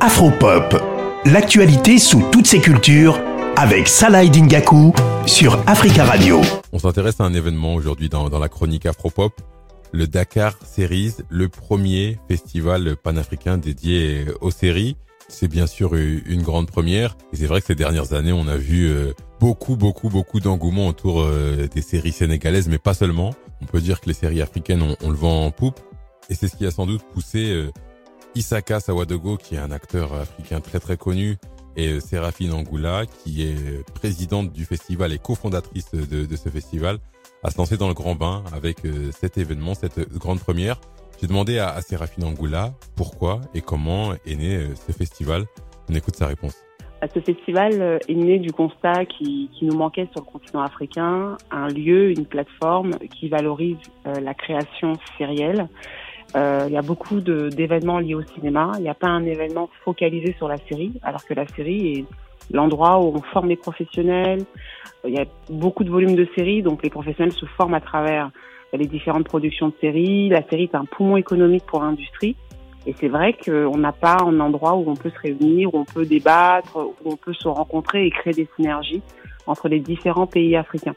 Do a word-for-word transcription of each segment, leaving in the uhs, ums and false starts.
Afropop, l'actualité sous toutes ses cultures avec Salah Dingaku sur Africa Radio. On s'intéresse à un événement aujourd'hui dans, dans la chronique Afropop, le Dakar Series, le premier festival panafricain dédié aux séries. C'est bien sûr une grande première et c'est vrai que ces dernières années, on a vu beaucoup, beaucoup, beaucoup d'engouement autour des séries sénégalaises, mais pas seulement. On peut dire que les séries africaines, on, on le vend en poupe et c'est ce qui a sans doute poussé Issaka Sawadogo, qui est un acteur africain très très connu, et Séraphine Angoula, qui est présidente du festival et cofondatrice de, de ce festival, à se lancer dans le grand bain avec cet événement, cette grande première. J'ai demandé à, à Séraphine Angoula pourquoi et comment est né ce festival. On écoute sa réponse. Ce festival est né du constat qui, qui nous manquait sur le continent africain, un lieu, une plateforme qui valorise euh, la création sérielle. Euh, il y a beaucoup de, d'événements liés au cinéma. Il n'y a pas un événement focalisé sur la série, alors que la série est l'endroit où on forme les professionnels. Il y a beaucoup de volumes de séries, donc les professionnels se forment à travers les différentes productions de séries. La série est un poumon économique pour l'industrie. Et c'est vrai qu'on n'a pas un endroit où on peut se réunir, où on peut débattre, où on peut se rencontrer et créer des synergies entre les différents pays africains.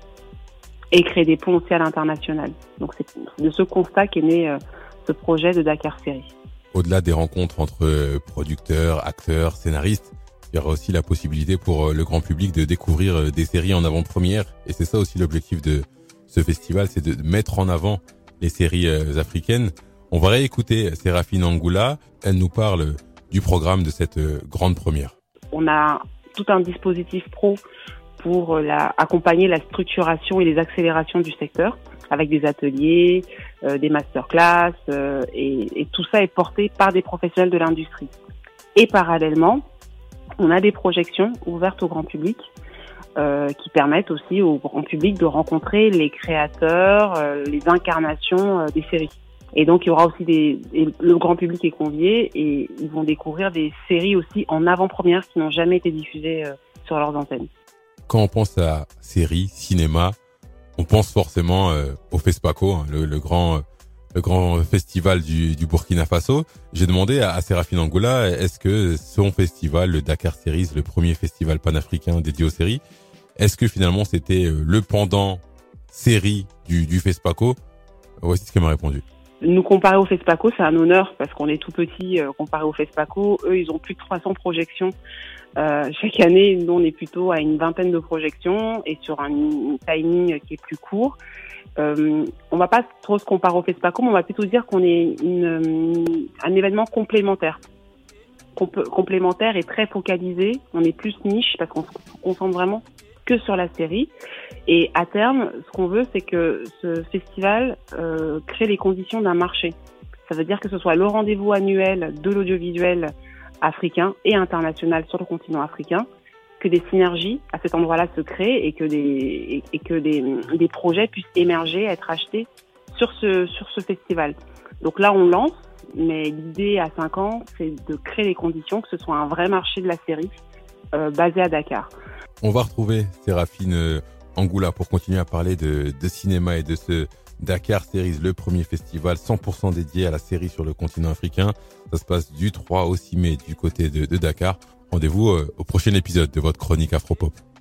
Et créer des ponts aussi à l'international. Donc c'est de ce constat qu'est né euh, ce projet de Dakar Series. Au-delà des rencontres entre producteurs, acteurs, scénaristes, il y aura aussi la possibilité pour le grand public de découvrir des séries en avant-première. Et c'est ça aussi l'objectif de ce festival, c'est de mettre en avant les séries africaines. On va réécouter Séraphine Angoula. Elle nous parle du programme de cette grande première. On a tout un dispositif pro pour la, accompagner la structuration et les accélérations du secteur, avec des ateliers, euh, des masterclass, euh, et, et tout ça est porté par des professionnels de l'industrie. Et parallèlement, on a des projections ouvertes au grand public euh, qui permettent aussi au grand public de rencontrer les créateurs, euh, les incarnations euh, des séries. Et donc, il y aura aussi des, le grand public est convié et ils vont découvrir des séries aussi en avant-première qui n'ont jamais été diffusées euh, sur leurs antennes. Quand on pense à séries, cinéma, on pense forcément euh, au FESPACO, hein, le, le grand, le grand festival du, du Burkina Faso. J'ai demandé à, à Séraphine Angoula, est-ce que son festival, le Dakar Series, le premier festival panafricain dédié aux séries, est-ce que finalement c'était le pendant série du, du FESPACO? Voici ce qu'elle m'a répondu. Nous comparer au FESPACO, c'est un honneur parce qu'on est tout petit euh, comparé au FESPACO. Eux, ils ont plus de trois cents projections euh, chaque année. Nous, on est plutôt à une vingtaine de projections et sur un, un timing qui est plus court. Euh, on va pas trop se comparer au FESPACO, mais on va plutôt dire qu'on est une, un événement complémentaire. Comp- complémentaire et très focalisé. On est plus niche parce qu'on se concentre vraiment que sur la série. Et à terme, ce qu'on veut, c'est que ce festival euh, crée les conditions d'un marché. Ça veut dire que ce soit le rendez-vous annuel de l'audiovisuel africain et international sur le continent africain, que des synergies à cet endroit-là se créent et que des et, et que des, des projets puissent émerger, être achetés sur ce sur ce festival. Donc là, on lance, mais l'idée à cinq ans, c'est de créer les conditions que ce soit un vrai marché de la série euh, basé à Dakar. On va retrouver Séraphine Angoula pour continuer à parler de, de cinéma et de ce Dakar Series, le premier festival cent pour cent dédié à la série sur le continent africain. Ça se passe du trois au six mai du côté de, de Dakar. Rendez-vous au prochain épisode de votre chronique Afropop.